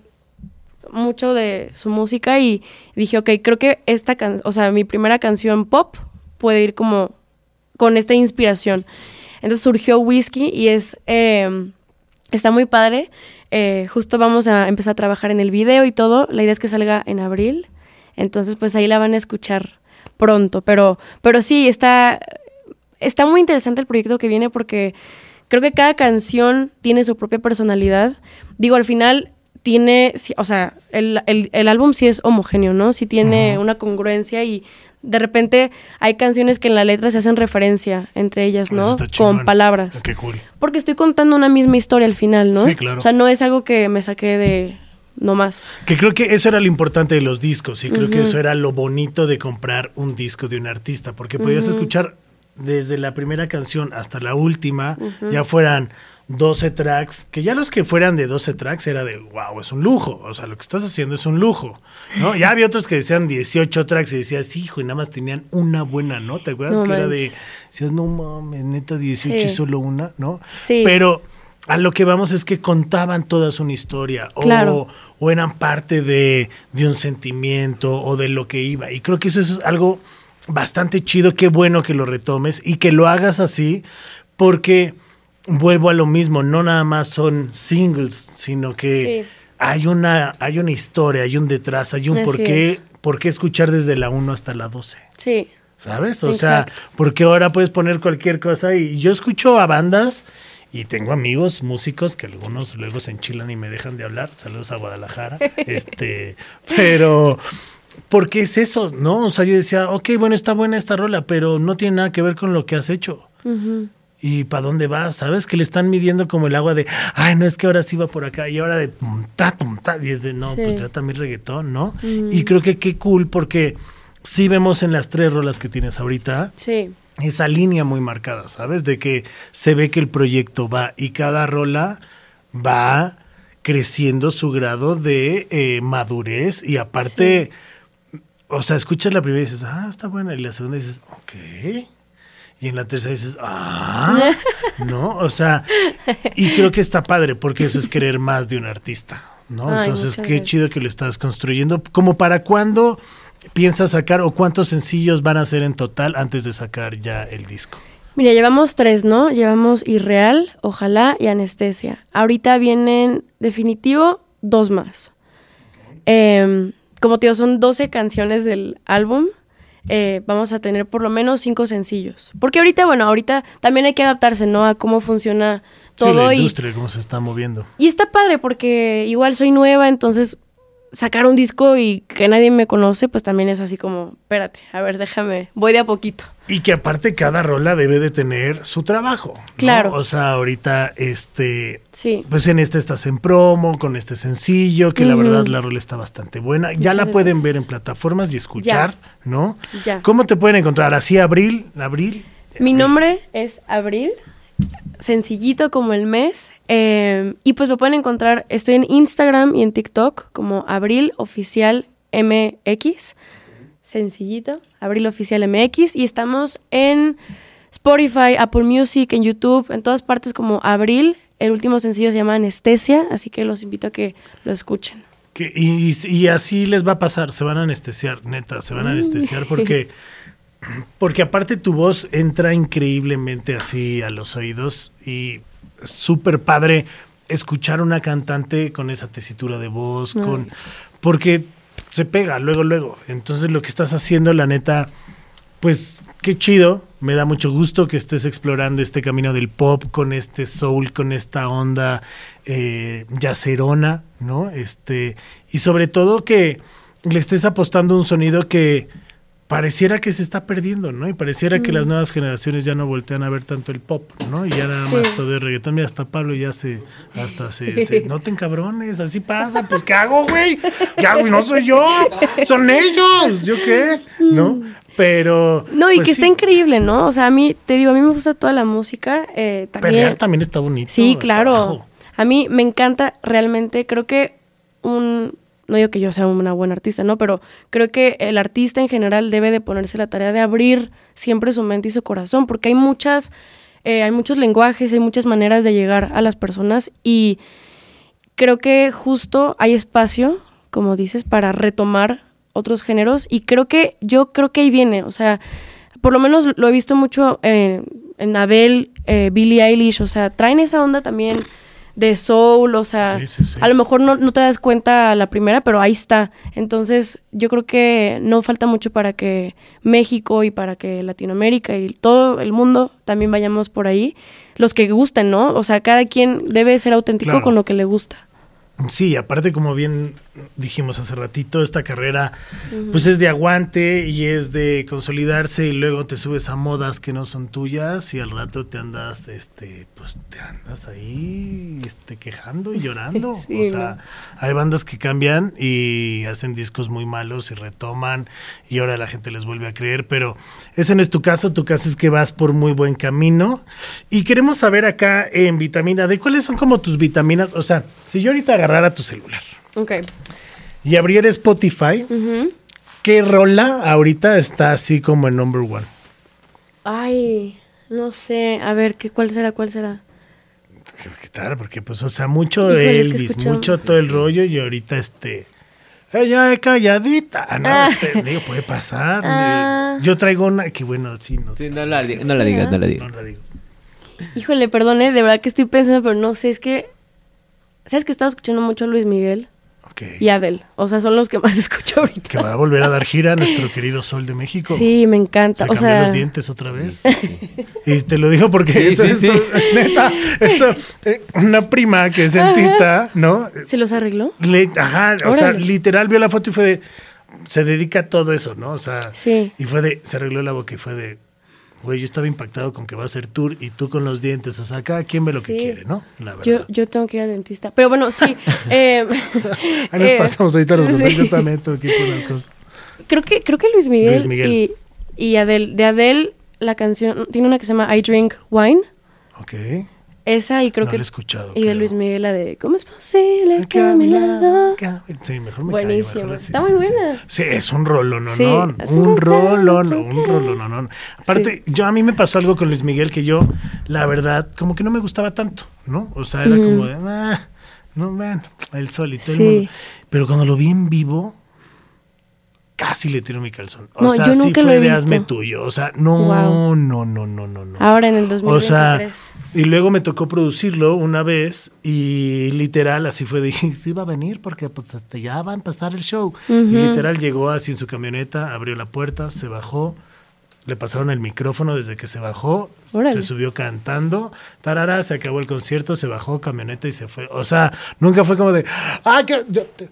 mucho de su música y dije, ok, creo que esta canción, o sea, mi primera canción pop puede ir como con esta inspiración. Entonces surgió Whiskey y es, eh, está muy padre. Eh, justo vamos a empezar a trabajar en el video y todo. La idea es que salga en abril. Entonces, pues ahí la van a escuchar pronto. Pero, pero sí, está, está muy interesante el proyecto que viene porque creo que cada canción tiene su propia personalidad. Digo, al final tiene, sí, o sea, el, el, el álbum sí es homogéneo, ¿no? Sí tiene Ujú. una congruencia y de repente hay canciones que en la letra se hacen referencia entre ellas, Eso ¿no? está chingón. Con palabras. Qué cool. Porque estoy contando una misma historia al final, ¿no? Sí, claro. O sea, no es algo que me saqué de nomás. Que creo que eso era lo importante de los discos y creo que Ujú. eso era lo bonito de comprar un disco de un artista, porque podías Ujú. escuchar desde la primera canción hasta la última, ya fueran doce tracks, que ya los que fueran de doce tracks era de, wow, es un lujo, o sea, lo que estás haciendo es un lujo, ¿no? Ya había otros que decían dieciocho tracks y decías, hijo, y nada más tenían una buena, ¿no? ¿Te acuerdas No que era de, manches. decías, no mames, neta dieciocho Sí. y solo una, ¿no? Sí. Pero a lo que vamos es que contaban toda una historia, o, Claro. o eran parte de, de un sentimiento o de lo que iba. Y creo que eso es algo bastante chido, qué bueno que lo retomes y que lo hagas así, porque vuelvo a lo mismo, no nada más son singles, sino que Sí. hay una, hay una historia, hay un detrás, hay un Así por qué, es. por qué escuchar desde la uno hasta la doce. Sí. ¿Sabes? O Exacto. sea, porque ahora puedes poner cualquier cosa y yo escucho a bandas y tengo amigos músicos que algunos luego se enchilan y me dejan de hablar. Saludos a Guadalajara. este, pero ¿por qué es eso? ¿No? O sea, yo decía, ok, bueno, está buena esta rola, pero no tiene nada que ver con lo que has hecho. Ujú. ¿Y para dónde vas? ¿Sabes? Que le están midiendo como el agua de, ay, no, es que ahora sí va por acá y ahora de tum, ta, tum, ta. Y es de, no, Sí. pues ya también reggaetón, ¿no? Mm. Y creo que qué cool porque sí vemos en las tres rolas que tienes ahorita Sí. esa línea muy marcada, ¿sabes? De que se ve que el proyecto va y cada rola va creciendo su grado de eh, madurez y aparte, o sea, escuchas la primera y dices, ah, está buena, y la segunda dices, ok. Y en la tercera dices, ah, ¿no? O sea, y creo que está padre porque eso es querer más de un artista, ¿no? Ay, Entonces, muchas qué gracias. chido que lo estás construyendo. ¿Como para cuándo piensas sacar o cuántos sencillos van a ser en total antes de sacar ya el disco? Mira, llevamos tres, ¿no? Llevamos Irreal, Ojalá y Anestesia. Ahorita vienen, definitivo, dos más. Eh, como te digo, son doce canciones del álbum. Eh, vamos a tener por lo menos cinco sencillos. Porque ahorita, bueno, ahorita también hay que adaptarse, ¿no? A cómo funciona todo. Sí, la y, industria, cómo se está moviendo. y está padre porque igual soy nueva, entonces sacar un disco y que nadie me conoce, pues también es así como, espérate, a ver, déjame, voy de a poquito. Y que aparte cada rola debe de tener su trabajo, ¿no? Claro. O sea, ahorita, este, Sí. pues en este estás en promo, con este sencillo, que la Ujú. verdad la rola está bastante buena. Ya Muchas la pueden gracias. ver en plataformas y escuchar, ¿no? Ya. ¿Cómo te pueden encontrar? Así, Abril, Abril. Mi Abril. nombre es Abril, sencillito como el mes. eh, y pues me pueden encontrar, estoy en Instagram y en TikTok como Abril Oficial M X. Sencillito, Abril Oficial M X. Y estamos en Spotify, Apple Music, en YouTube, en todas partes como Abril. El último sencillo se llama Anestesia, así que los invito a que lo escuchen. Que- y, y así les va a pasar, se van a anestesiar, neta, se van a anestesiar porque, porque aparte tu voz entra increíblemente así a los oídos y es súper padre escuchar una cantante con esa tesitura de voz, Ay. con porque se pega luego, luego. Entonces lo que estás haciendo, la neta, pues qué chido, me da mucho gusto que estés explorando este camino del pop con este soul, con esta onda eh, yacerona, ¿no? Este, y sobre todo que le estés apostando un sonido que pareciera que se está perdiendo, ¿no? Y pareciera que las nuevas generaciones ya no voltean a ver tanto el pop, ¿no? Y ya nada Sí. más todo es reggaetón. Mira, hasta Pablo ya se, hasta se, se- no te encabrones, así pasa, pues ¿qué hago, güey? ¿Qué hago? Y no soy yo, son ellos, ¿yo qué? ¿No? Pero... No, y pues que sí, está increíble, ¿no? O sea, a mí, te digo, a mí me gusta toda la música. Eh, también, Perrear también está bonito. Sí, está claro. bajo. A mí me encanta realmente, creo que un, no digo que yo sea una buena artista, ¿no? Pero creo que el artista en general debe de ponerse la tarea de abrir siempre su mente y su corazón, porque hay muchas, eh, hay muchos lenguajes, hay muchas maneras de llegar a las personas y creo que justo hay espacio, como dices, para retomar otros géneros y creo que, yo creo que ahí viene, o sea, por lo menos lo he visto mucho en, en Adele, eh, Billie Eilish, o sea, traen esa onda también de soul, o sea, Sí, sí, sí. a lo mejor no, no te das cuenta a la primera, pero ahí está. Entonces, yo creo que no falta mucho para que México y para que Latinoamérica y todo el mundo también vayamos por ahí. Los que gusten, ¿no? O sea, cada quien debe ser auténtico Claro. con lo que le gusta. Sí, aparte como bien dijimos hace ratito, esta carrera pues es de aguante y es de consolidarse y luego te subes a modas que no son tuyas y al rato te andas, este, pues te andas ahí, este, quejando y llorando. Sí, o sea, hay bandas que cambian y hacen discos muy malos y retoman y ahora la gente les vuelve a creer, pero ese no es tu caso, tu caso es que vas por muy buen camino y queremos saber acá en Vitamina D, ¿cuáles son como tus vitaminas? O sea, si yo ahorita agarrara tu celular Ok. y abriera Spotify, Ujú. ¿qué rola ahorita está así como en number one? Ay, no sé. A ver, ¿qué, ¿cuál será? ¿Cuál será? ¿Qué, qué tal? Porque pues, o sea, mucho Híjole, es que Elvis, escucho- mucho todo el rollo y ahorita este... Ella es calladita, ¿no? Ah. Este, digo, puede pasar. Ah. Yo traigo una que bueno, sí, no sé. Sí, no la, di- no la digas, no la No digas. la digo. Híjole, perdone, de verdad que estoy pensando, pero no sé, es que... ¿Sabes que estaba escuchando mucho a Luis Miguel? Okay. Y Adele. O sea, son los que más escucho ahorita. Que va a volver a dar gira a nuestro querido Sol de México. Sí, me encanta. Se o cambió sea... los dientes otra vez. Y te lo digo porque Sí, eso, sí, eso sí. es neta. Eso, eh, una prima que es dentista, ¿no? ¿Se los arregló? Le, ajá, o sea, Órale. literal vio la foto y fue de... Se dedica a todo eso, ¿no? O sea, Sí. y fue de... Se arregló la boca y fue de... Güey, yo estaba impactado con que va a hacer tour y tú con los dientes. O sea, cada quien ve lo que Sí. quiere, ¿no? La verdad. Yo, yo tengo que ir al dentista. Pero bueno, sí. eh, Ahí nos eh, pasamos ahorita los sí. comentarios. Yo también tengo que ir por las cosas. Creo que, creo que Luis Miguel, Luis Miguel. Y, y Adele. De Adele, la canción... Tiene una que se llama I Drink Wine. Ok. Esa y creo No que... la he escuchado. Y de creo. Luis Miguel, la de ¿Cómo es posible que a mi lado? Sí, mejor me Buenísimo. callo, mejor, sí, Está sí, muy sí. buena. Sí, es un rolón, no, Sí, no, es un un rolón, rolón, un rolón, no, no. Aparte, yo a mí me pasó algo con Luis Miguel que yo, la verdad, como que no me gustaba tanto, ¿no? O sea, era Ujú. como de, ah, no, ven, el sol y todo Sí. el mundo. Pero cuando lo vi en vivo, casi le tiro mi calzón. O No, sea, yo sí nunca lo fue he de visto. hazme tuyo. O sea, no, Wow. no, no, no, no, no. Ahora en el dos mil O veintitrés. sea, y luego me tocó producirlo una vez y literal así fue de, sí iba a venir porque pues hasta ya va a empezar el show. Y Ujú. literal llegó así en su camioneta, abrió la puerta, se bajó, le pasaron el micrófono desde que se bajó, Órale. se subió cantando, tarara, se acabó el concierto, se bajó camioneta y se fue. O sea, nunca fue como de, ah, que... yo te-".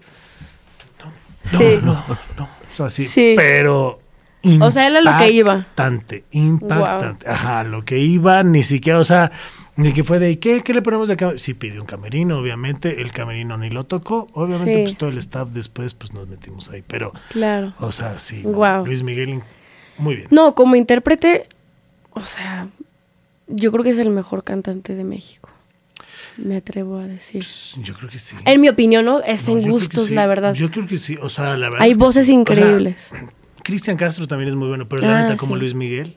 No, Sí. no, no, o sea, sí, Sí. pero... O sea, él a lo que iba. Impactante, impactante. Ajá, lo que iba, ni siquiera, o sea, ni que fue de, ¿qué, qué le ponemos de camerino? Sí, pidió un camerino, obviamente, el camerino ni lo tocó, obviamente, Sí. pues todo el staff después, pues nos metimos ahí, pero, Claro. o sea, sí, no, Guau. Luis Miguel, muy bien. No, como intérprete, o sea, yo creo que es el mejor cantante de México. Me atrevo a decir. Yo creo que sí. En mi opinión, ¿no? Es No, yo en creo que gustos, sí. la verdad. Yo creo que sí, o sea, la verdad. Hay es que voces sí. O sea, increíbles. Cristian Castro también es muy bueno, pero la Ah, neta, como sí. Luis Miguel.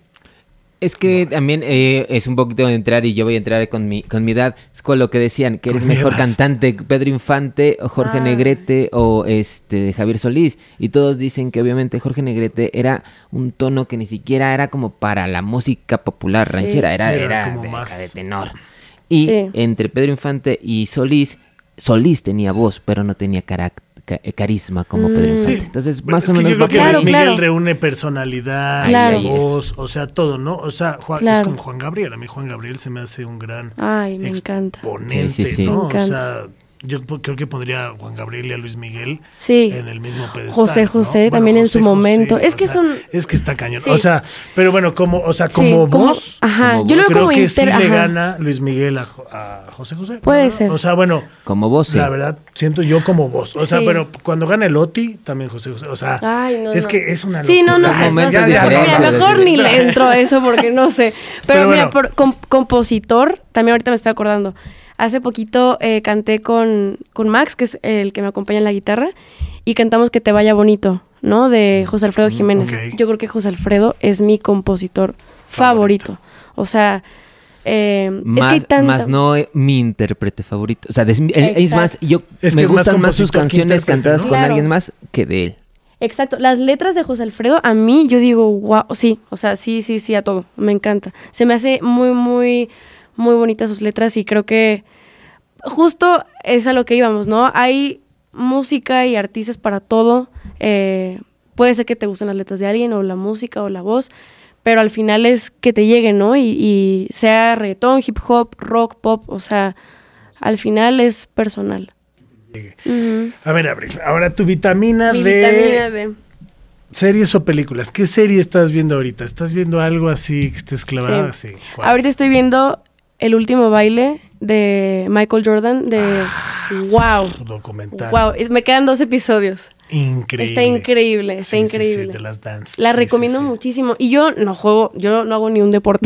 Es que también eh, es un poquito de entrar y yo voy a entrar con mi con mi edad. Es con lo que decían, que eres Con mi mejor edad. cantante, Pedro Infante o Jorge Ah. Negrete o este Javier Solís. Y todos dicen que obviamente Jorge Negrete era un tono que ni siquiera era como para la música popular Sí. ranchera, era, Sí, era era como de, más- de tenor. Y Sí. entre Pedro Infante y Solís, Solís tenía voz, pero no tenía carac- ca- carisma como Pedro Mm. Infante. Sí, Entonces, pero más es o que menos yo creo va que por Claro, Luis ahí. Miguel claro. reúne personalidad, Claro. voz, o sea, todo, ¿no? O sea, Juan, Claro. es como Juan Gabriel. A mí Juan Gabriel se me hace un gran Ay, me encanta. exponente, Sí, sí, sí. ¿no? Me encanta. O sea, yo po- creo que pondría a Juan Gabriel y a Luis Miguel Sí. en el mismo pedestal. José ¿no? José Bueno, también en José su momento. Es o que sea, son- Es que está cañón. Sí. O sea, pero bueno, como, o sea, Sí, como voz, Ajá, como yo lo voz. veo creo como que sí inter... le ajá. gana Luis Miguel a, Jo- a José José. Puede ¿no? ser. O sea, bueno, Como voz, sí. la verdad, siento yo como voz. O sea, Sí. pero cuando gana el Oti, también José José. O sea, Ay, no, es no. que es una Sí, no, no, locura. Son no, momentos no, Ya, ya, mira, diferentes. mejor ni le entro a eso porque no sé. Pero, Pero mira, bueno. por com- compositor, también ahorita me estoy acordando. Hace poquito eh, canté con, con Max, que es el que me acompaña en la guitarra, y cantamos Que te vaya bonito, ¿no? De José Alfredo Jiménez. ok. Yo creo que José Alfredo es mi compositor favorito. O sea, eh, es que Más, hay tanta... más no eh, mi intérprete favorito. O sea, des- el- es Exacto. más, yo Es que me es más gustan más sus compositor que canciones intérprete, cantadas ¿no? con Claro. alguien más que de él. Exacto, las letras de José Alfredo, a mí yo digo, wow, sí, o sea, sí, sí, sí, a todo, me encanta. Se me hace muy, muy, muy bonitas sus letras y creo que justo es a lo que íbamos, ¿no? Hay música y artistas para todo, eh, puede ser que te gusten las letras de alguien o la música o la voz, pero al final es que te llegue, ¿no? Y, y sea reggaetón, hip hop, rock, pop, o sea, al final es personal. Ujú. A ver, Abril, ahora tu vitamina Mi de vitamina de... series o películas. ¿Qué serie estás viendo ahorita? ¿Estás viendo algo así que estés clavada? Sí. ¿cuál? Ahorita estoy viendo El último baile de Michael Jordan de wow. Documental. Wow, es- me quedan dos episodios. Increíble. Está increíble, está Sí, sí, increíble. sí, de las dance. La Sí, recomiendo sí, sí. muchísimo. Y yo no juego, yo no hago ni un deporte.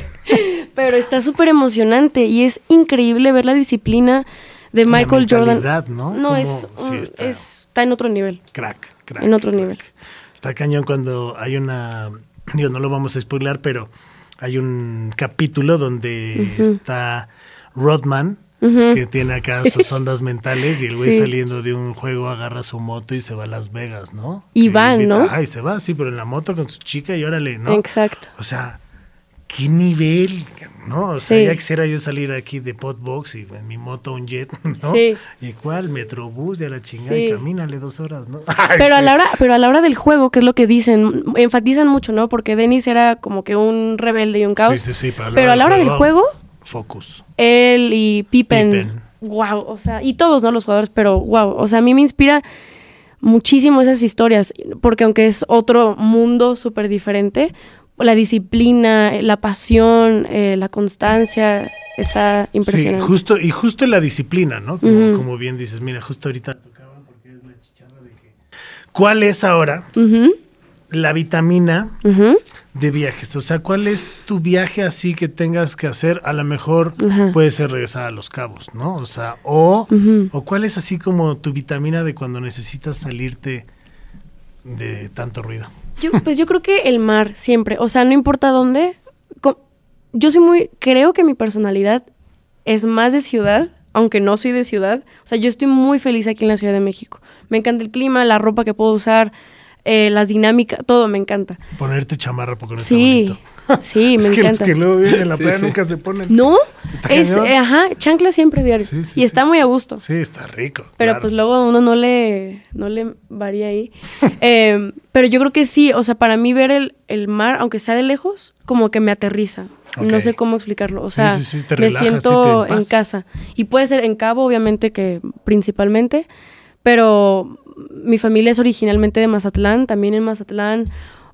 Pero está súper emocionante y es increíble ver la disciplina de La Michael Jordan. mentalidad, ¿no? No, Cómo- es, sí, un- está- es- está en otro nivel. Crack, crack. En otro crack. nivel. Está cañón cuando hay una. Digo, no lo vamos a spoiler, pero hay un capítulo donde Ujú. está Rodman, Ujú. que tiene acá sus ondas mentales, y el güey Sí. saliendo de un juego agarra su moto y se va a Las Vegas, ¿no? Y Que van, invita- ¿no? Ajá, y se va, sí, pero en la moto con su chica y órale, ¿no? Exacto. O sea, qué nivel, ¿no? O sea, Sí. ya quisiera yo salir aquí de Podbox y en mi moto un jet, ¿no? Sí. ¿Y cuál? Metrobús de la chingada Sí. y camínale dos horas, ¿no? Ay, Pero a sí. la hora, pero a la hora del juego, que es lo que dicen, enfatizan mucho, ¿no? Porque Dennis era como que un rebelde y un caos. Sí, sí, sí, pero a la pero hora a la del hora del juego, juego, Focus. él y Pippen, Pippen. wow, o sea, y todos, ¿no? Los jugadores, pero wow, o sea, a mí me inspira muchísimo esas historias, porque aunque es otro mundo súper diferente, la disciplina, la pasión, eh, la constancia, está impresionante. Sí, justo, y justo la disciplina, ¿no? Como, Ujú. como bien dices, mira, justo ahorita tocaban porque es la chicharra de que... ¿Cuál es ahora Ujú, la vitamina ujú. de viajes? O sea, ¿cuál es tu viaje así que tengas que hacer? A lo mejor Ajá. puede ser regresar a Los Cabos, ¿no? O sea, o, Ujú. o ¿cuál es así como tu vitamina de cuando necesitas salirte de tanto ruido? Yo, pues yo creo que el mar, siempre. O sea, no importa dónde. co- Yo soy muy... Creo que mi personalidad es más de ciudad, aunque no soy de ciudad. O sea, yo estoy muy feliz aquí en la Ciudad de México. Me encanta el clima, la ropa que puedo usar, eh, las dinámicas, todo me encanta. Ponerte chamarra porque no Sí, está bonito. sí, me es que los encanta. que luego vienen en la Sí, playa sí. nunca se ponen. No, Está es... cañón. eh, ajá, chancla siempre diario. Sí, sí, y está sí. muy a gusto. Sí, está rico. Pero claro. pues luego a uno no le, no le varía ahí. Eh, pero yo creo que sí, o sea, para mí ver el, el mar, aunque sea de lejos, como que me aterriza. Ok. No sé cómo explicarlo. O sea, sí, sí, te me relajas, siento sí, te en vas. casa. Y puede ser en Cabo, obviamente, que principalmente, pero mi familia es originalmente de Mazatlán, también en Mazatlán.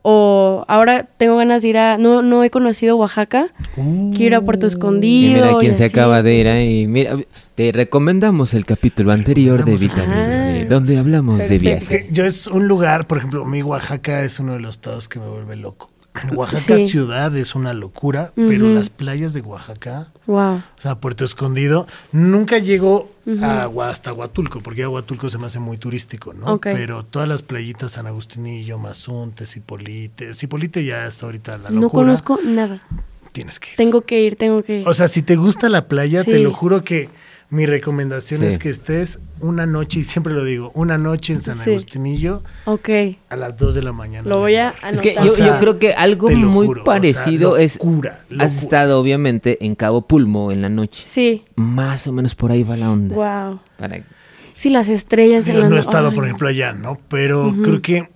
O ahora tengo ganas de ir a... No, no he conocido Oaxaca. Uh, Quiero ir a Puerto Y Escondido. mira quién y se así. acaba de ir ahí. Mira, te recomendamos el capítulo anterior de Recomendamos el Vitamina capítulo D, donde hablamos de Perfecto. viajes. que yo es un lugar, por ejemplo, mi Oaxaca es uno de los estados que me vuelve loco. Oaxaca Sí. ciudad es una locura, pero Ujú. las playas de Oaxaca, Wow. o sea, Puerto Escondido, nunca llego a, Hua- hasta Huatulco, porque ya Huatulco se me hace muy turístico, ¿no? Ok. Pero todas las playitas, San Agustinillo, Mazunte, Cipolite, Cipolite ya es ahorita la No locura. conozco nada. Tienes que ir. Tengo que ir, tengo que ir. O sea, si te gusta la playa, te Sí. lo juro que mi recomendación Sí. es que estés una noche, y siempre lo digo, una noche en San Sí. Agustinillo Ok. a las dos de la mañana. Lo voy a anotar. Es que O yo, sea, yo creo que algo te lo muy juro, o sea, parecido es... locura, Has locura. estado obviamente en Cabo Pulmo en la noche. Sí. Más o menos por ahí va la onda. Wow. Para- Sí, las estrellas. Digo, en la no he no- estado, Ay, por ejemplo, allá, ¿no? Pero creo que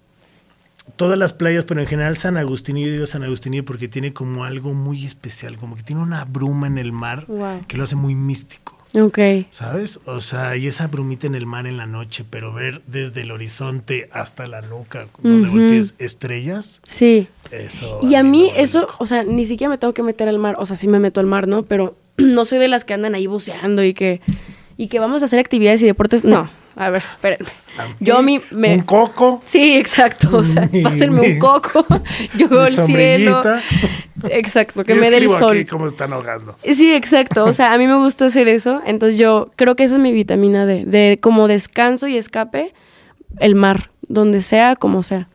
todas las playas, pero en general San Agustinillo, digo San Agustinillo porque tiene como algo muy especial, como que tiene una bruma en el mar Wow. que lo hace muy místico. Ok. ¿Sabes? O sea, y esa brumita en el mar en la noche, pero ver desde el horizonte hasta la nuca, donde Ujú. voltees estrellas, Sí. eso. Y a me mí vuelve eso, loco. o sea, ni siquiera me tengo que meter al mar. O sea, sí me meto al mar, ¿no? Pero no soy de las que andan ahí buceando y que, y que vamos a hacer actividades y deportes. No. A ver, espérenme. Yo a mí me... Un coco. Sí, exacto. O sea, Mi- pásenme mi- un coco. Yo veo mi el cielo. sombrillita. Exacto, que Yo me dé el escribo sol. aquí cómo están ahogando. Sí, exacto. O sea, a mí me gusta hacer eso. Entonces yo creo que esa es mi vitamina D. De como descanso y escape, el mar. Donde sea, como sea.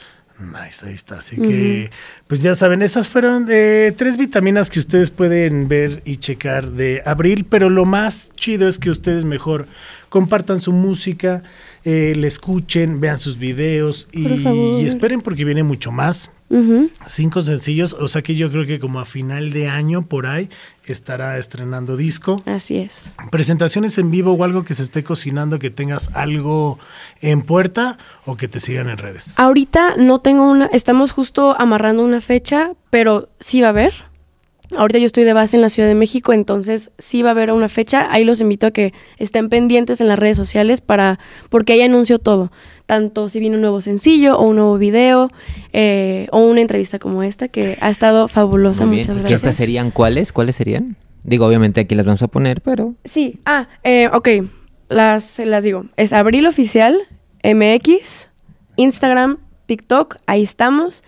Nice, ahí está. Así que, pues ya saben, estas fueron eh, tres vitaminas que ustedes pueden ver y checar de Abril, pero lo más chido es que ustedes mejor compartan su música, eh, le escuchen, vean sus videos y, Por favor. y esperen porque viene mucho más. Ujú. Cinco sencillos, o sea que yo creo que como a final de año por ahí estará estrenando disco. Así es. Presentaciones en vivo o algo que se esté cocinando, que tengas algo en puerta o que te sigan en redes. Ahorita no tengo una, estamos justo amarrando una fecha, pero sí va a haber. Ahorita yo estoy de base en la Ciudad de México, entonces sí va a haber una fecha. Ahí los invito a que estén pendientes en las redes sociales para, porque ahí anuncio todo. Tanto si viene un nuevo sencillo o un nuevo video eh, o una entrevista como esta que ha estado fabulosa. Muy bien. Muchas ¿Y gracias. estas serían cuáles? ¿Cuáles serían? Digo, obviamente aquí las vamos a poner, pero... Sí, ah, eh, ok, las, las digo. Es Abril Oficial, M X, Instagram, TikTok, ahí estamos.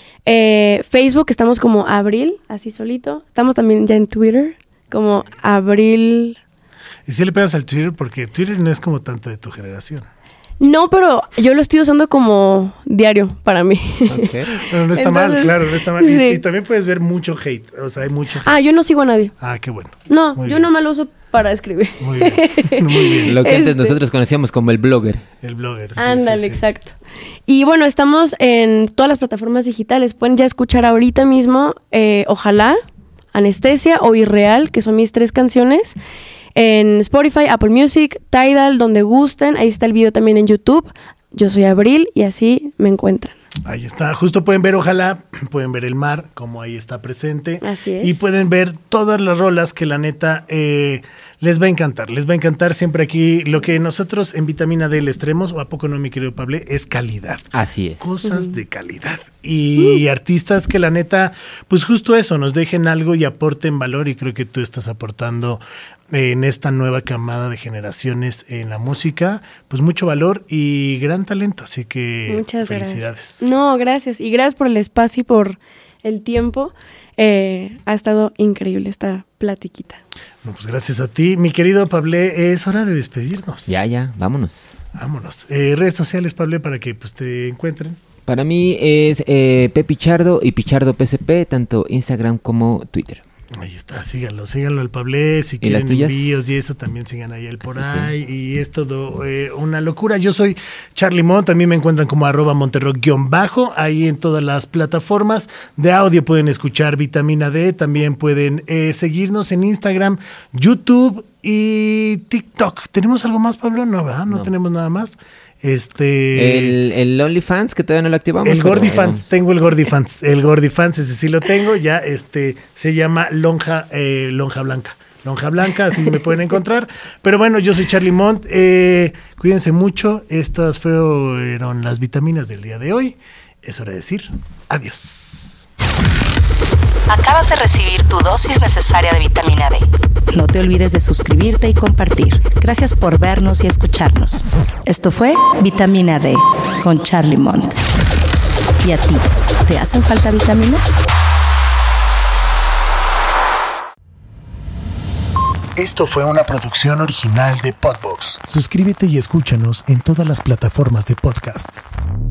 Eh, Facebook, estamos como Abril, así solito. Estamos también ya en Twitter, como Abril... Y si le pegas al Twitter, porque Twitter no es como tanto de tu generación. No, pero yo lo estoy usando como diario para mí. Ok. Pero no está mal, Entonces, claro, no está mal. Y, sí. y también puedes ver mucho hate, o sea, hay mucho hate. Ah, yo no sigo a nadie. Ah, qué bueno. No, Muy yo bien. nomás lo uso para escribir. Muy bien, muy bien. Lo que antes Este. nosotros conocíamos como el blogger. El blogger. sí, Ándale, sí, sí. exacto. Y bueno, estamos en todas las plataformas digitales. Pueden ya escuchar ahorita mismo eh, Ojalá, Anestesia o Irreal, que son mis tres canciones, en Spotify, Apple Music, Tidal, donde gusten. Ahí está el video también en YouTube. Yo soy Abril y así me encuentran. Ahí está, justo pueden ver Ojalá, pueden ver el mar, como ahí está presente. Así es. Y pueden ver todas las rolas que la neta eh, les va a encantar. Les va a encantar siempre aquí. Lo que nosotros en Vitamina D les traemos, o a poco no, mi querido Pablo, es calidad. Así es. Cosas uh-huh. de calidad. Y uh. artistas que la neta, pues justo eso, nos dejen algo y aporten valor. Y creo que tú estás aportando en esta nueva camada de generaciones en la música, pues mucho valor y gran talento, así que muchas felicidades. Gracias. No, gracias, y gracias por el espacio y por el tiempo. Eh, ha estado increíble esta platiquita. No, pues gracias a ti, mi querido Pablé, es hora de despedirnos. Ya, ya, vámonos. Vámonos. Eh, redes sociales, Pablé, para que pues te encuentren. Para mí es eh, P Pichardo y Pichardo P S P, tanto Instagram como Twitter. Ahí está, síganlo, síganlo al Pablé, si quieren envíos y eso también sigan ahí él por Así ahí, sí. Y es todo eh, una locura. Yo soy Charly Mont, también me encuentran como arroba monterrock guión bajo, ahí en todas las plataformas de audio pueden escuchar Vitamina D, también pueden eh, seguirnos en Instagram, YouTube y TikTok. ¿Tenemos algo más, Pablo? No, ¿verdad? No, no. tenemos nada más. Este el, el OnlyFans que todavía no lo activamos. El Gordifans, tengo el Gordifans, el Gordifans, ese sí lo tengo, ya este se llama Lonja, eh, Lonja Blanca. Lonja Blanca, así me pueden encontrar. Pero bueno, yo soy Charly Mont, eh, cuídense mucho, estas fueron las vitaminas del día de hoy. Es hora de decir adiós. Acabas de recibir tu dosis necesaria de vitamina D. No te olvides de suscribirte y compartir. Gracias por vernos y escucharnos. Esto fue Vitamina D con Charly Mont. ¿Y a ti? ¿Te hacen falta vitaminas? Esto fue una producción original de Podbox. Suscríbete y escúchanos en todas las plataformas de podcast.